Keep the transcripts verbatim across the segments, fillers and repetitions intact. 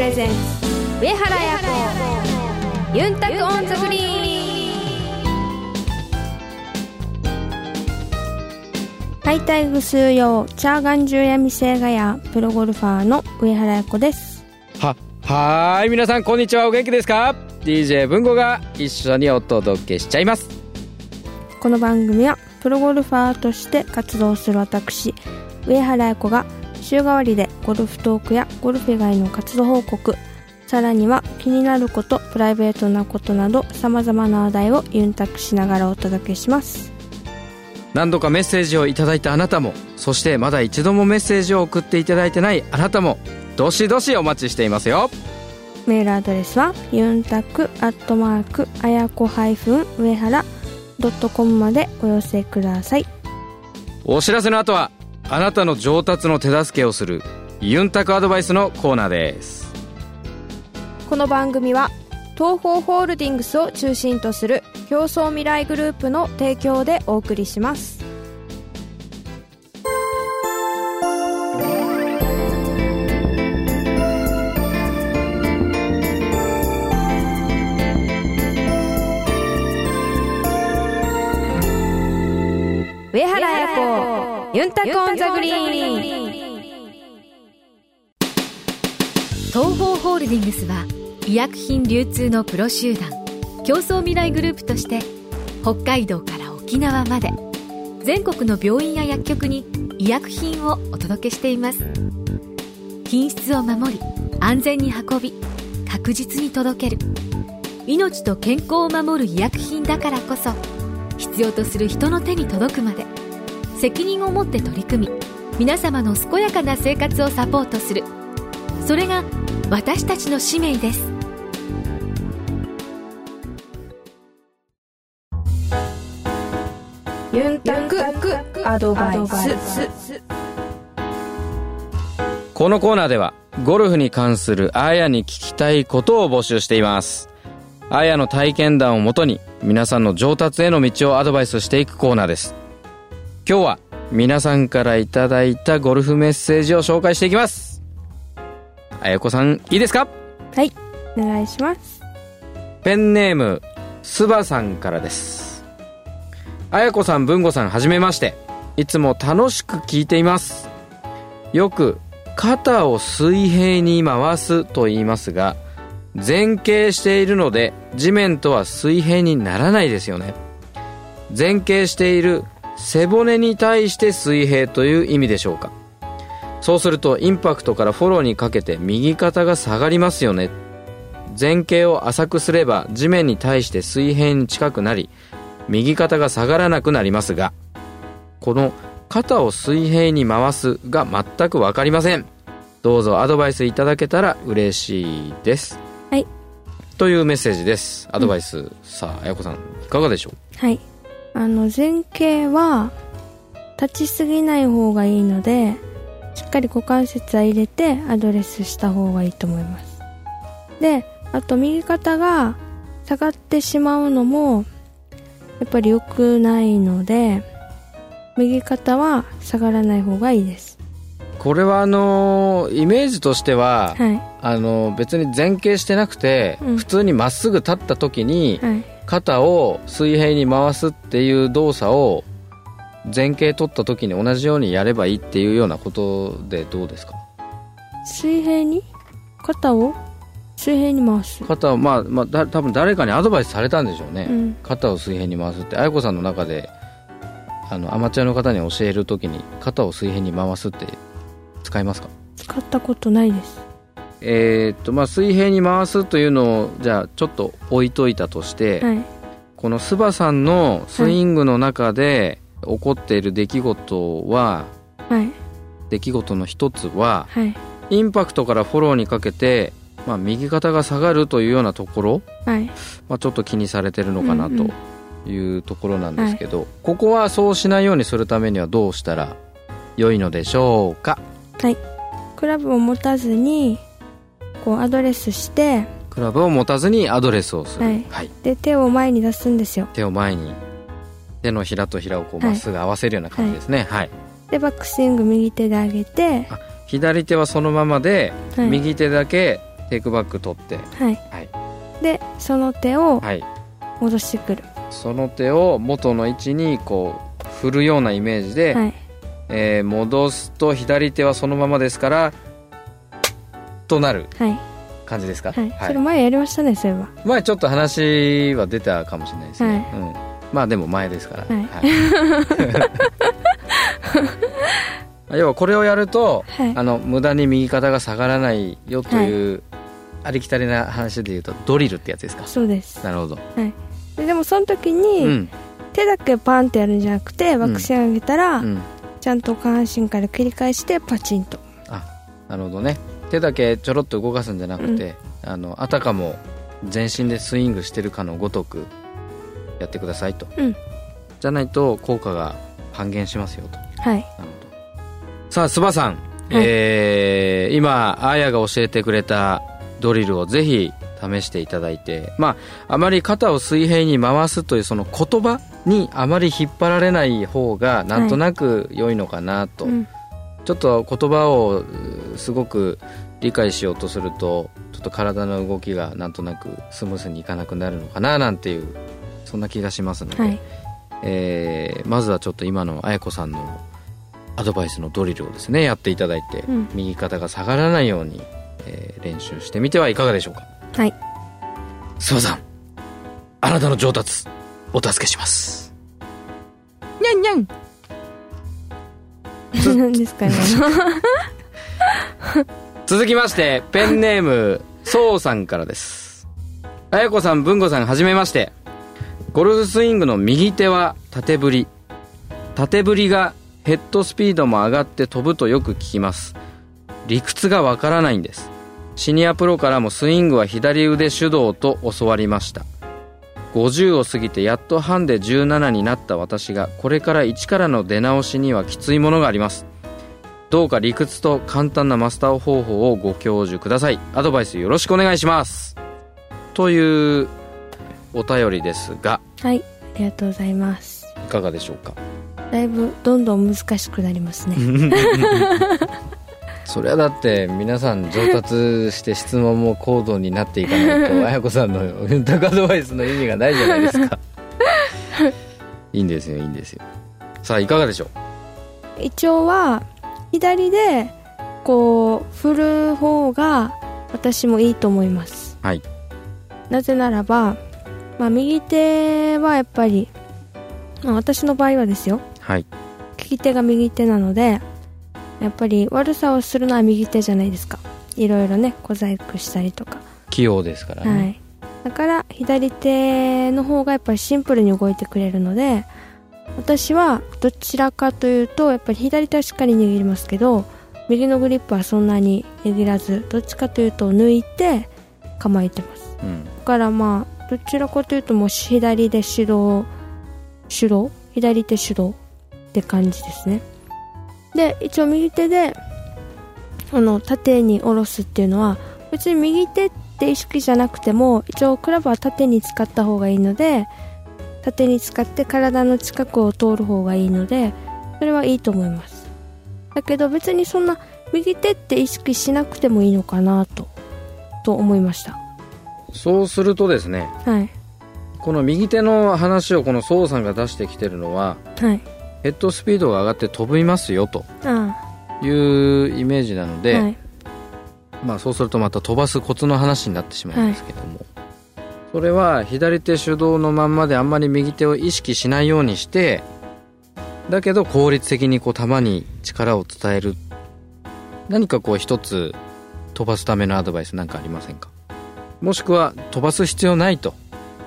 レゼンツ上原彩子ユンタクオンザグリーン。ハイタイグ数用チャーガンジュヤミセイガヤプロゴルファーの上原彩子です。 は、はーい皆さんこんにちは、お元気ですか？ ディージェー 文吾が一緒にお届けしちゃいます。 この番組はプロゴルファーとして活動する私上原彩子が週替わりでゴルフトークやゴルフ以外の活動報告、さらには気になること、プライベートなことなど様々な話題をユンタクしながらお届けします。 何度かメッセージをいただいたあなたも、そしてまだ一度もメッセージを送っていただいてないあなたも、どしどしお待ちしていますよ。 メールアドレスはユンタクアットマークあやこハイフン上原ドットコムまでお寄せください。 お知らせの後はあなたの上達の手助けをするユンタクアドバイスのコーナーです。 この番組は東方ホールディングスを中心とする競争未来グループの提供でお送りします。上原彩子ユンタクオンザグリーン。 東方ホールディングスは医薬品流通のプロ集団競争未来グループとして北海道から沖縄まで全国の病院や薬局に医薬品をお届けしています。品質を守り安全に運び確実に届ける、命と健康を守る医薬品だからこそ必要とする人の手に届くまで責任を持って取り組み、皆様の健やかな生活をサポートする、それが私たちの使命です。 ユンタクアドバイス。 このコーナーではゴルフに関するあやに聞きたいことを募集しています。あやの体験談をもとに皆さんの上達への道をアドバイスしていくコーナーです。今日は皆さんからいただいたゴルフメッセージを紹介していきます。あやこさんいいですか？ はい、お願いします。 ペンネームすばさんからです。あやこさん、文吾さん、はじめまして。いつも楽しく聞いています。よく肩を水平に回すと言いますが、前傾しているので地面とは水平にならないですよね。前傾している背骨に対して水平という意味でしょうか。そうするとインパクトからフォローにかけて右肩が下がりますよね。前傾を浅くすれば地面に対して水平に近くなり右肩が下がらなくなりますが、この肩を水平に回すが全く分かりません。どうぞアドバイスいただけたら嬉しいです。 はい、 というメッセージです。アドバイス、うん、さああやこさんいかがでしょう？ はい、あの前傾は立ちすぎない方がいいので、しっかり股関節は入れてアドレスした方がいいと思います。で、あと右肩が下がってしまうのもやっぱり良くないので、右肩は下がらない方がいいです。 これはあのイメージとしては、はい、あの別に前傾してなくて、うん、普通にまっすぐ立った時に、はい、肩を水平に回すっていう動作を前傾取った時に同じようにやればいいっていうようなことでどうですか？ 水平に肩を水平に回す、 肩をまあ、まあ、だ多分誰かにアドバイスされたんでしょうね、うん、肩を水平に回すって。あやこさんの中であのアマチュアの方に教えるときに肩を水平に回すって使いますか？ 使ったことないです。 えーっとまあ水平に回すというのをじゃあちょっと置いといたとして、はい、このスバさんのスイングの中で起こっている出来事は、はい、出来事の一つは、はい、インパクトからフォローにかけてまあ、右肩が下がるというようなところ、はいまあ、ちょっと気にされてるのかなというところなんですけど、うんうんはい、ここはそうしないようにするためにはどうしたら良いのでしょうか？ はい、クラブを持たずにこうアドレスして、 クラブを持たずにアドレスをする、 はいはい、で手を前に出すんですよ。 手を前に、手のひらとひらをこうまっすぐ合わせるような感じですね、はいはい、 でバックスイング右手で上げて、 あ左手はそのままで、はい、右手だけテイクバック取って、 はい、はい、でその手を戻してくる、はい、 その手を元の位置にこう振るようなイメージで、はい、えー、戻すと左手はそのままですからとなる感じですか、 はいはい、それ前やりましたね。そういえば前ちょっと話は出たかもしれないですね、はい、うん、まあでも前ですから、はいはい、要はこれをやると、はい、あの無駄に右肩が下がらないよという、はい、ありきたりな話でいうとドリルってやつですか。 そうです。 なるほど、 はい、で, でもその時に、うん、手だけパンってやるんじゃなくて枠線上げたら、うんうん、ちゃんと下半身から切り返してパチンと。 あ、なるほどね。手だけちょろっと動かすんじゃなくて、うん、あのあたかも全身でスイングしてるかのごとくやってくださいと、うん、じゃないと効果が半減しますよと。 はい。なるほど。さあ須葉さん、はい、えー、今あやが教えてくれたドリルをぜひ試していただいて、まああまり肩を水平に回すというその言葉にあまり引っ張られない方がなんとなく良いのかなと、はい、うん、ちょっと言葉をすごく理解しようとするとちょっと体の動きがなんとなくスムースにいかなくなるのかななんていうそんな気がしますので、はい、えー、まずはちょっと今のあやこさんのアドバイスのドリルをですねやっていただいて、うん、右肩が下がらないように、えー、練習してみてはいかがでしょうか。 はい。 須葉さん、あなたの上達お助けします。 にゃんにゃん何ですかね続きましてペンネームそうさんからです。あやこさん、文吾さん、はじめまして。ゴルフスイングの右手は縦振り、縦振りがヘッドスピードも上がって飛ぶとよく聞きます。理屈がわからないんです。シニアプロからもスイングは左腕主導と教わりました。ごじゅうを過ぎてやっとハンデじゅうななになった私がこれから一からの出直しにはきついものがあります。どうか理屈と簡単なマスター方法をご教授ください。アドバイスよろしくお願いします、というお便りですが、 はい、ありがとうございます。 いかがでしょうか。 だいぶどんどん難しくなりますねそれはだって皆さん上達して質問も高度になっていかないとあやこさんのユンタクアドバイスの意味がないじゃないですかいいんですよ、いいんですよ。さあいかがでしょう。一応は左でこう振る方が私もいいと思います。 はい。 なぜならば、まあ、右手はやっぱり、まあ、私の場合はですよ、 はい、 利き手が右手なのでやっぱり悪さをするのは右手じゃないですか。いろいろね小細工したりとか器用ですからね、 はい、だから左手の方がやっぱりシンプルに動いてくれるので、私はどちらかというとやっぱり左手はしっかり握りますけど右のグリップはそんなに握らず、どっちかというと抜いて構えてます、うん、だからまあどちらかというともう左で主導主導左手主導って感じですね。で一応右手であの縦に下ろすっていうのは別に右手って意識じゃなくても一応クラブは縦に使った方がいいので、縦に使って体の近くを通る方がいいのでそれはいいと思います。だけど別にそんな右手って意識しなくてもいいのかなとと思いました。 そうするとですね、 はい、 この右手の話をこのソウさんが出してきてるのは、 はい、 ヘッドスピードが上がって飛びますよというイメージなので、はい、まあそうするとまた飛ばすコツの話になってしまうんですけども、はい、それは左手主導のまんまであんまり右手を意識しないようにして、だけど効率的にこう球に力を伝える、何かこう一つ飛ばすためのアドバイスなんかありませんか。もしくは飛ばす必要ないと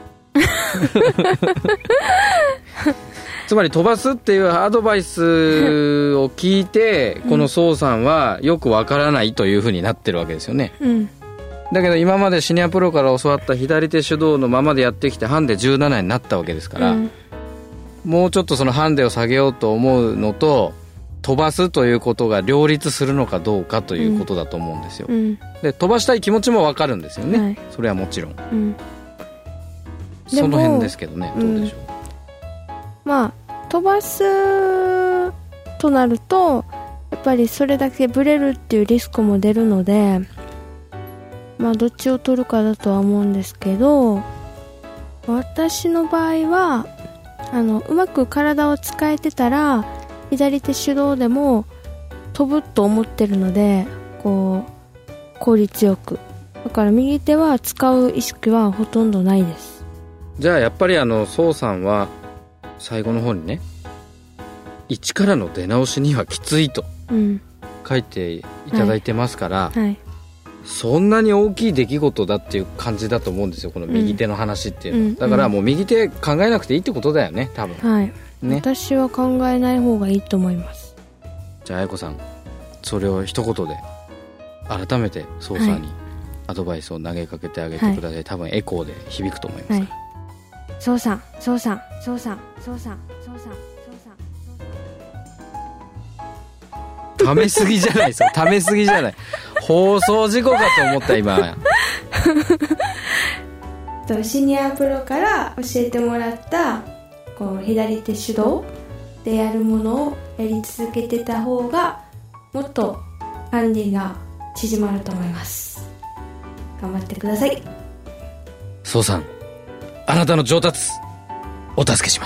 つまり飛ばすっていうアドバイスを聞いてこのソウさんはよくわからないというふうになってるわけですよね、 うん、 だけど今までシニアプロから教わった左手主導のままでやってきてハンデじゅうななになったわけですから、うん、もうちょっとそのハンデを下げようと思うのと飛ばすということが両立するのかどうかということだと思うんですよ、うん、で飛ばしたい気持ちもわかるんですよね、はい、それはもちろん、うん、その辺ですけどね、どうでしょう、 うん、まあ飛ばすとなるとやっぱりそれだけブレるっていうリスクも出るので、 まあどっちを取るかだとは思うんですけど、私の場合はあのうまく体を使えてたら左手手動でも飛ぶと思ってるので、こう効率よく、だから右手は使う意識はほとんどないです。 じゃあやっぱりあの宋さんは最後の方にね、一からの出直しにはきついと書いていただいてますから、 はいはい、 そんなに大きい出来事だっていう感じだと思うんですよ、この右手の話っていうのは、うん、だからもう右手考えなくていいってことだよね、多分。 はいね、私は考えない方がいいと思います。 じゃあ彩子さん、それを一言で改めて宋さんにアドバイスを投げかけてあげてください、はい、多分エコーで響くと思いますから、はい、 宋さん宋さん宋さん宋さん宋さんためすぎじゃないですか、ためすぎじゃない、放送事故かと思った今シニアプロから教えてもらったこう左手手動でやるものをやり続けてた方がもっとハンディが縮まると思います。頑張ってください。 宋さん、あなたの上達お助けします。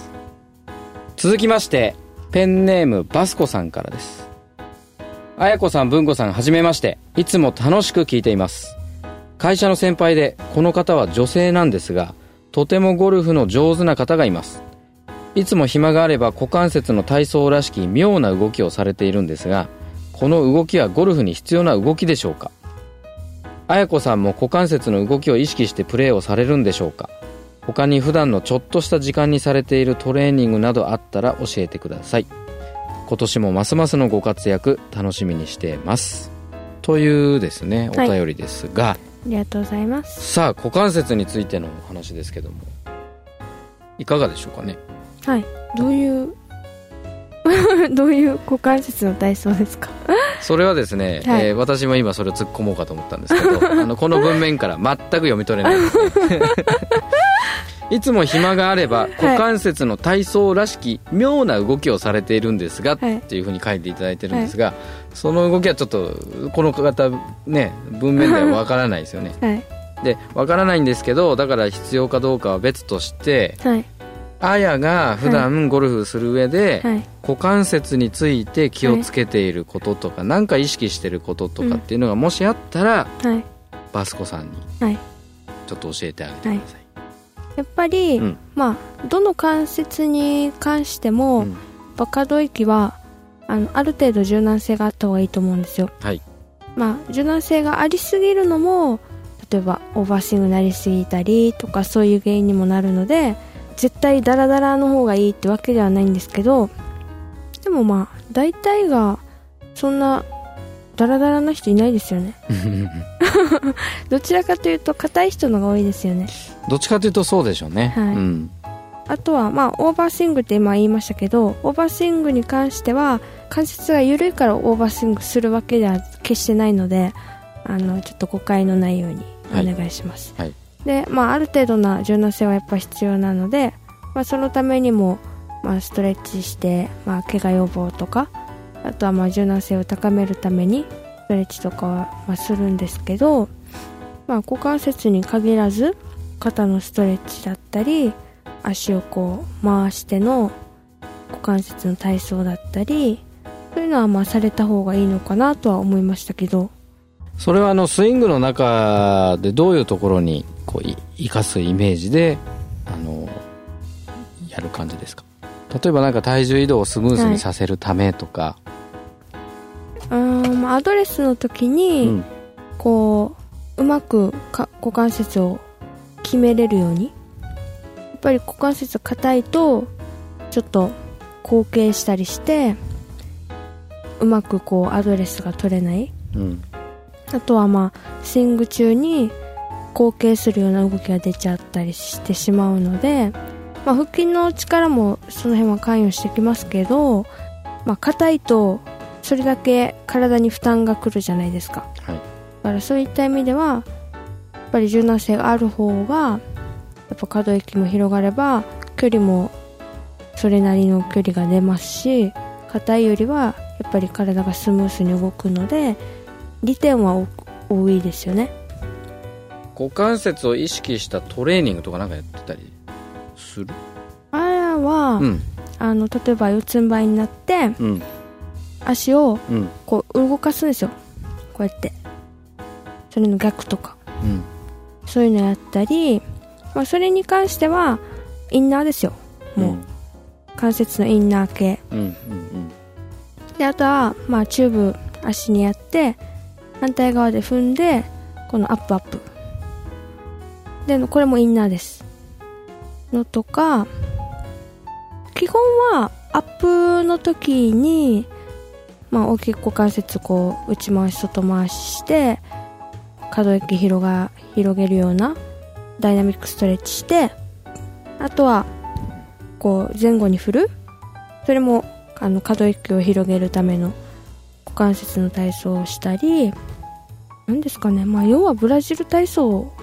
続きましてペンネームバスコさんからです。彩子さん、文子さん、はじめまして。いつも楽しく聞いています。会社の先輩でこの方は女性なんですが、とてもゴルフの上手な方がいます。いつも暇があれば股関節の体操らしき妙な動きをされているんですが、この動きはゴルフに必要な動きでしょうか？彩子さんも股関節の動きを意識してプレーをされるんでしょうか？他に普段のちょっとした時間にされているトレーニングなどあったら教えてください。今年もますますのご活躍楽しみにしています、というですねお便りですが、はい、 ありがとうございます。 さあ股関節についての話ですけども、いかがでしょうかね。 はい、どういうどういう股関節の体操ですか？ それはですね、はい、えー、私も今それを突っ込もうかと思ったんですけどあのこの文面から全く読み取れないですねいつも暇があれば股関節の体操らしき妙な動きをされているんですが、はい、っていうふうに書いていただいてるんですが、はい、その動きはちょっとこの方ね文面ではわからないですよね、はい、でわからないんですけど、だから必要かどうかは別として、はい、あやが普段ゴルフする上で、はい、股関節について気をつけていることとか、はい、なんか意識していることとかっていうのがもしあったら、はい、バスコさんにちょっと教えてあげてください、はい、 やっぱり、うん、まあどの関節に関しても、うん、やっぱ可動域はあのある程度柔軟性があった方がいいと思うんですよ、はい、まあ柔軟性がありすぎるのも例えばオーバースイングになりすぎたりとかそういう原因にもなるので、絶対ダラダラの方がいいってわけではないんですけど、でもまあ大体がそんなダラダラな人いないですよねどちらかというと硬い人のが多いですよね。 どっちかというとそうでしょうね、はい、うん、 あとはまあオーバースイングって今言いましたけど、オーバースイングに関しては関節が緩いからオーバースイングするわけでは決してないので、あのちょっと誤解のないようにお願いします、はいはい、でまあ、ある程度な柔軟性はやっぱ必要なので、まあ、そのためにも、まあ、ストレッチして、まあ、怪我予防とか、あとはまあ柔軟性を高めるためにストレッチとかはまあするんですけど、まあ、股関節に限らず肩のストレッチだったり足をこう回しての股関節の体操だったり、そういうのはまあされた方がいいのかなとは思いましたけど、 それはあのスイングの中でどういうところにこう生かすイメージであのやる感じですか？例えばなんか体重移動をスムーズにさせるためとか、 はい、うんアドレスの時に、うん、こううまくか股関節を決めれるように、やっぱり股関節が硬いとちょっと後傾したりしてうまくこうアドレスが取れない、うん、あとはまあスイング中に後傾するような動きが出ちゃったりしてしまうので、まあ、腹筋の力もその辺は関与してきますけど、まあ、硬いとそれだけ体に負担がくるじゃないですか、はい、だからそういった意味ではやっぱり柔軟性がある方がやっぱ可動域も広がれば距離もそれなりの距離が出ますし、硬いよりはやっぱり体がスムースに動くので利点は多いですよね。 股関節を意識したトレーニングとかなんかやってたりする？ あやは、うん、あの例えば四つん這いになって、うん、足をこう動かすんですよ、こうやって。それの逆とか、うん、そういうのやったり、まあ、それに関してはインナーですよ、もう、うん、関節のインナー系、うんうんうん、であとは、まあ、チューブ足にやって反対側で踏んでこのアップアップで、これもインナーですのとか、基本はアップの時に、まあ、大きく股関節こう内回し外回しして可動域広が広げるようなダイナミックストレッチして、あとはこう前後に振る、それもあの可動域を広げるための股関節の体操をしたり、なんですかね、まあ、要はブラジル体操を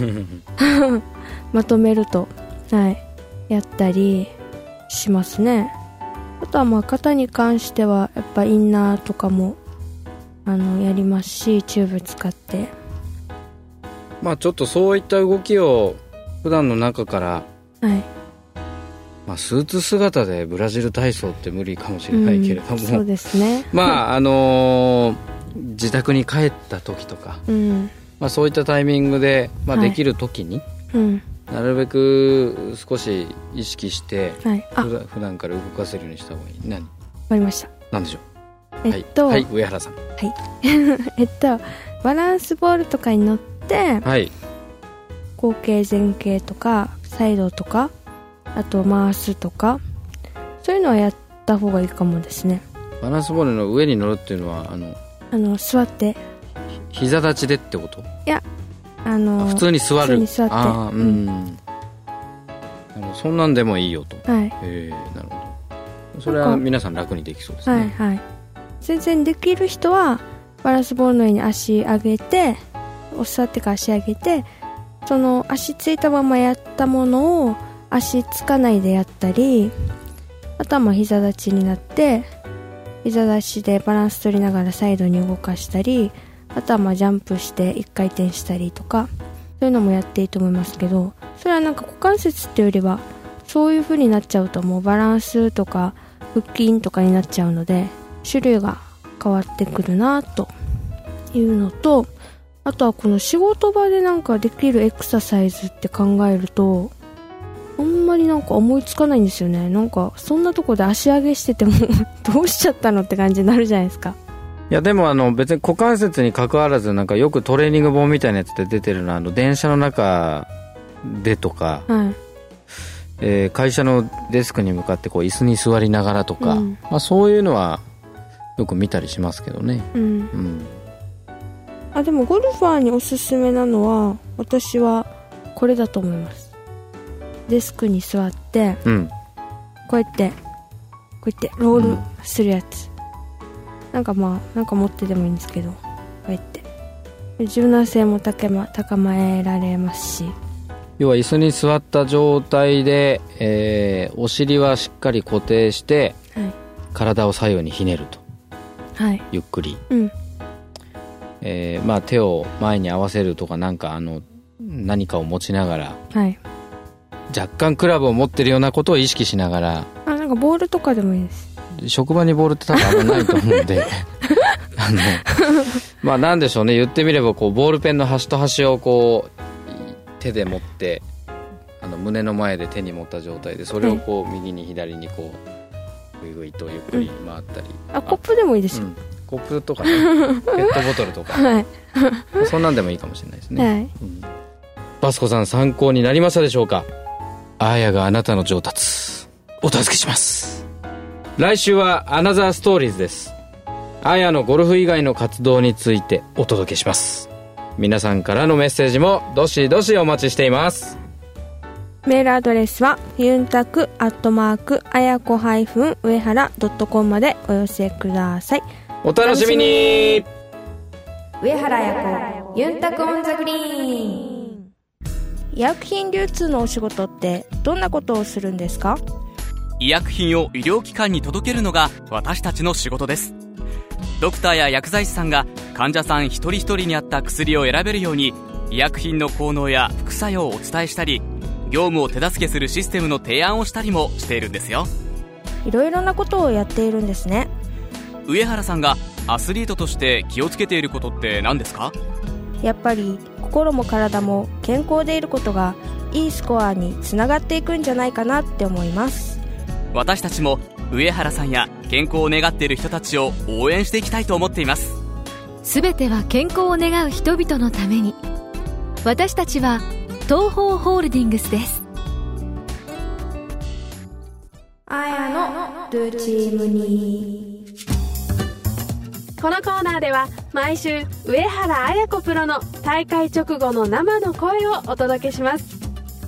まとめると、はい、やったりしますね。あとはまあ肩に関してはやっぱインナーとかもあのやりますし、チューブ使って、 まあちょっとそういった動きを普段の中から、はい、まあ、スーツ姿でブラジル体操って無理かもしれないけれども、うん、 そうですねまああのー、自宅に帰った時とか、うん、まあ、そういったタイミングで、まあ、できる時に、はい、うん、なるべく少し意識して、はい、あ普段から動かせるようにした方がいい。何？わかりました。 何でしょう？ えっと、 はい、はい、上原さん。 はいえっとバランスボールとかに乗って、はい、後傾前傾とかサイドとか、あと回すとか、そういうのはやった方がいいかもですね。 バランスボールの上に乗るっていうのはあのあの座って膝立ちでってこと？ いや、あの普通に座る。 普通に座って、 あ、うん、うん、そんなんでもいいよと。 はい。 えー、なるほど。それは皆さん楽にできそうですね。 はいはい。全然できる人はバランスボールの上に足上げて、座ってから足上げて、その足ついたままやったものを足つかないでやったり、あとはまあ膝立ちになって膝立ちでバランス取りながらサイドに動かしたり、あとはまあジャンプして一回転したりとか、そういうのもやっていいと思いますけど、それはなんか股関節っていうよりはそういう風になっちゃうともうバランスとか腹筋とかになっちゃうので、種類が変わってくるなというのと、あとはこの仕事場でなんかできるエクササイズって考えるとあんまりなんか思いつかないんですよね。なんかそんなとこで足上げしててもどうしちゃったのって感じになるじゃないですか。 いやでもあの別に股関節に関わらず、なんかよくトレーニング本みたいなやつで出てるのは、あの電車の中でとか、はい、えー、会社のデスクに向かってこう椅子に座りながらとか、うん、まあ、そういうのはよく見たりしますけどね、うんうん、 あでもゴルファーにおすすめなのは私はこれだと思います。デスクに座って、うん、こうやってこうやってロールするやつ、うん、なんかまあなんか持ってでもいいんですけど、こうやって柔軟性も高ま、高められますし、 要は椅子に座った状態で、えー、お尻はしっかり固定して、はい、体を左右にひねると、はい、ゆっくり、うん、えーまあ、手を前に合わせるとか、なんかあの何かを持ちながら、はい、若干クラブを持ってるようなことを意識しながら、 あ、なんかボールとかでもいいです。 職場にボールって多分あんまないと思うんであのまあなんでしょうね、言ってみればこうボールペンの端と端をこう手で持って、あの胸の前で手に持った状態で、それをこう右に左にこうぐいぐいとゆっくり回ったり、 うん、あコップでもいいですよ、うん、 コップとかねペットボトルとか、はい、そんなんでもいいかもしれないですね、はい、うん、バスコさん参考になりましたでしょうか。あーやがあなたの上達お助けします。来週はアナザーストーリーズです。あーやのゴルフ以外の活動についてお届けします。皆さんからのメッセージもどしどしお待ちしています。 メールアドレスはユンタクアットマークあやこハイフン上原ドットコムまでお寄せください。 お楽しみに。 上原あやこユンタクオンザグリーン。医薬品流通のお仕事ってどんなことをするんですか？ 医薬品を医療機関に届けるのが私たちの仕事です。ドクターや薬剤師さんが患者さん一人一人に合った薬を選べるように、 医薬品の効能や副作用をお伝えしたり、業務を手助けするシステムの提案をしたりもしているんですよ。 いろいろなことをやっているんですね。 上原さんがアスリートとして気をつけていることって何ですか？ やっぱり心も体も健康でいることがいいスコアにつながっていくんじゃないかなって思います。 私たちも上原さんや健康を願っている人たちを応援していきたいと思っています。 すべては健康を願う人々のために。私たちは東方ホールディングスです。 あやのルチームに。 このコーナーでは毎週上原綾子プロの大会直後の生の声をお届けします。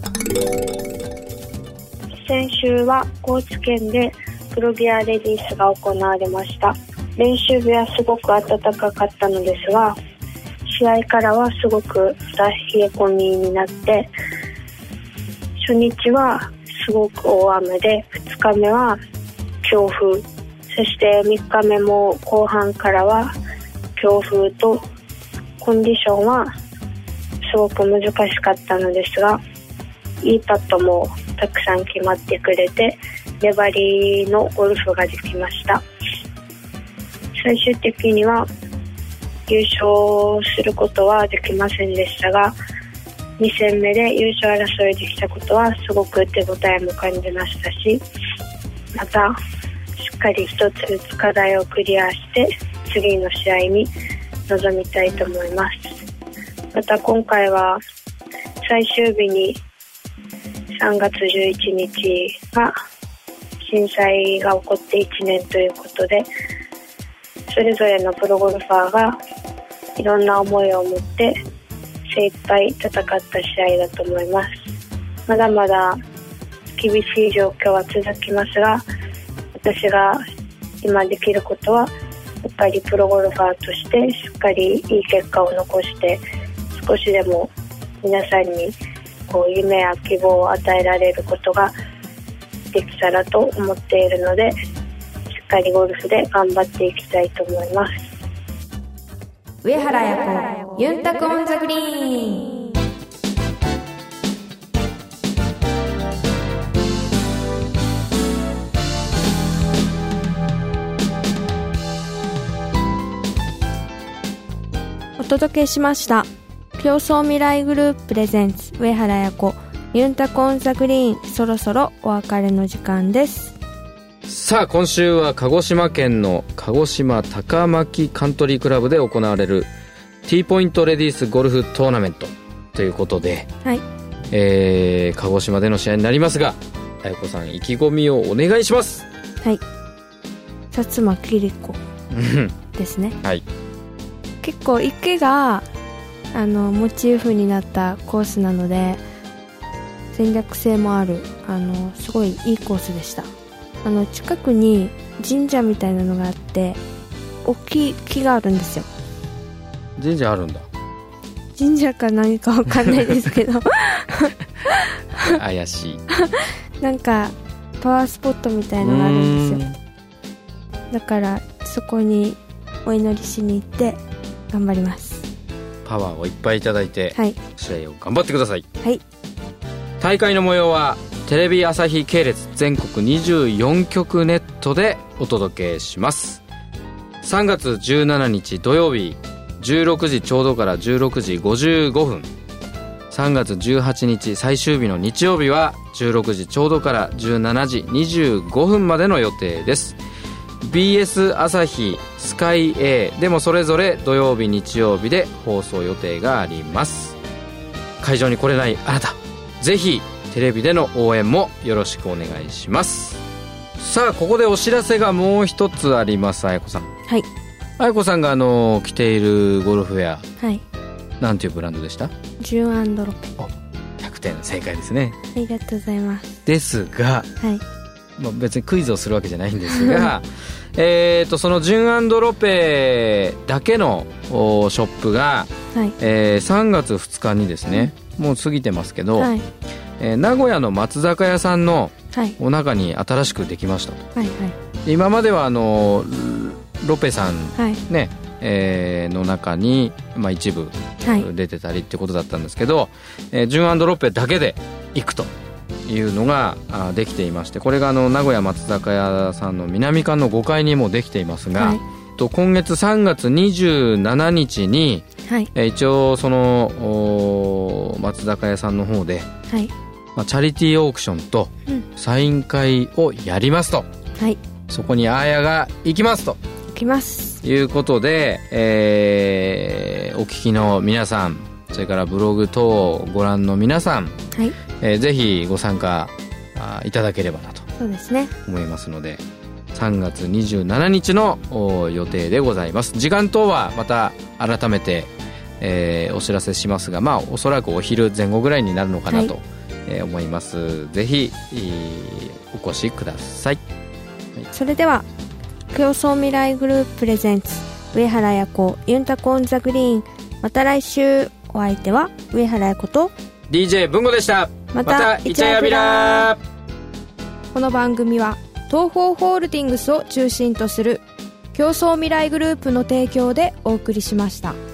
先週は高知県でプロビアレディースが行われました。練習日はすごく暖かかったのですが、試合からはすごく冷え込みになって、初日はすごく大雨で、ふつかめは強風、そしてみっかめも後半からは強風と、コンディションはすごく難しかったのですが、いいパットもたくさん決まってくれて、粘りのゴルフができました。最終的には優勝することはできませんでしたが、に戦目で優勝争いできたことはすごく手応えも感じましたし、またしっかり一つずつ課題をクリアして次の試合に臨みたいと思います。また今回は最終日にさんがつじゅういちにちが震災が起こっていちねんということで、それぞれのプロゴルファーがいろんな思いを持って精一杯戦った試合だと思います。まだまだ厳しい状況は続きますが、私が今できることはやっぱりプロゴルファーとしてしっかりいい結果を残して、少しでも皆さんにこう夢や希望を与えられることができたらと思っているので、しっかりゴルフで頑張っていきたいと思います。 上原彩子ユンタクオンザグリーン。お届けしました競争未来グループプレゼンツ上原彩子ユンタクオンザグリーン。そろそろお別れの時間です。 さあ今週は鹿児島県の鹿児島高牧カントリークラブで行われる T ポイントレディースゴルフトーナメントということで、 はい、 えー、鹿児島での試合になりますが、彩子さん意気込みをお願いします。 はい、薩摩切子ですねはい、 結構池があのモチーフになったコースなので戦略性もある、あのすごいいいコースでした。あの近くに神社みたいなのがあって大きい木があるんですよ。 神社あるんだ。 神社か何か分かんないですけど怪しいなんかパワースポットみたいのがあるんですよ。だからそこにお祈りしに行って頑張ります。 パワーをいっぱいいただいて、はい、試合を頑張ってください。 はい。 大会の模様はテレビ朝日系列全国にじゅうよんきょくネットでお届けします。さんがつじゅうしちにち土曜日じゅうろくじちょうどからじゅうろくじごじゅうごふん、さんがつじゅうはちにち最終日の日曜日はじゅうろくじちょうどからじゅうしちじにじゅうごふんまでの予定です。 ビーエス 朝日スカイ A でもそれぞれ土曜日日曜日で放送予定があります。会場に来れないあなた、ぜひテレビでの応援もよろしくお願いします。さあここでお知らせがもう一つあります。彩子さん。 はい。 彩子さんがあの着ているゴルフウェア、 はい、 なんていうブランドでした？ ジュン&ロペ。 お、ひゃくてん正解ですね。 ありがとうございます。 ですが、 はい、 まあ、別にクイズをするわけじゃないんですがえとそのジュン&ロペだけのショップが、はい、えー、さんがつふつかにですね、うん、もう過ぎてますけど、はい、えー、名古屋の松坂屋さんのお中に新しくできましたと、はいはい、今まではあのロペさん、はい、ね、 えー、の中に、まあ、一部出てたりってことだったんですけど、はい、えー、純&ロッペだけで行くというのができていまして、これがあの名古屋松坂屋さんの南館のごかいにもできていますが、はい、と今月さんがつにじゅうしちにちに、はい、えー、一応その松坂屋さんの方で、はい、まあ、チャリティーオークションとサイン会をやりますと、はい、そこにあーやが行きますと行きますいうことで、えー、お聞きの皆さん、それからブログ等をご覧の皆さん、はい、えー、ぜひご参加あいただければなと思いますので、さんがつにじゅうしちにちの予定でございます。時間等はまた改めて、えー、お知らせしますが、まあおそらくお昼前後ぐらいになるのかなと、はい、えー、思います。ぜひ、えー、お越しください、はい、 それでは競争未来グループプレゼンツ上原彩子ユンタコオンザグリーン、また来週。お相手は上原彩子とディージェー 文吾でした。 またイチャヤビラ。 この番組は東方ホールディングスを中心とする競争未来グループの提供でお送りしました。